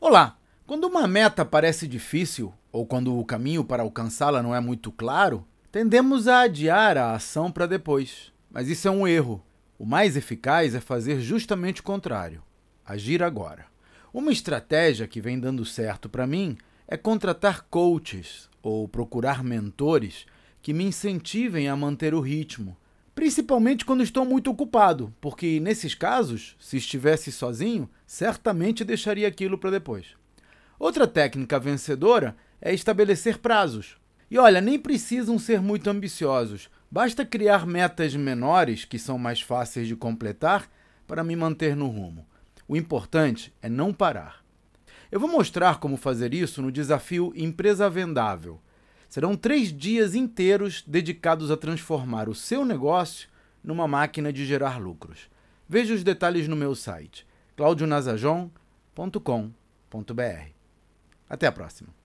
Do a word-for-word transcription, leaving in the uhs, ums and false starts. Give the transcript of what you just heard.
Olá! Quando uma meta parece difícil, ou quando o caminho para alcançá-la não é muito claro, tendemos a adiar a ação para depois. Mas isso é um erro. O mais eficaz é fazer justamente o contrário: agir agora. Uma estratégia que vem dando certo para mim é contratar coaches ou procurar mentores que me incentivem a manter o ritmo, principalmente quando estou muito ocupado, porque nesses casos, se estivesse sozinho, certamente deixaria aquilo para depois. Outra técnica vencedora é estabelecer prazos. E olha, nem precisam ser muito ambiciosos, basta criar metas menores que são mais fáceis de completar para me manter no rumo. O importante é não parar. Eu vou mostrar como fazer isso no desafio Empresa Vendável. Serão três dias inteiros dedicados a transformar o seu negócio numa máquina de gerar lucros. Veja os detalhes no meu site claudio nazajon ponto com ponto br. Até a próxima!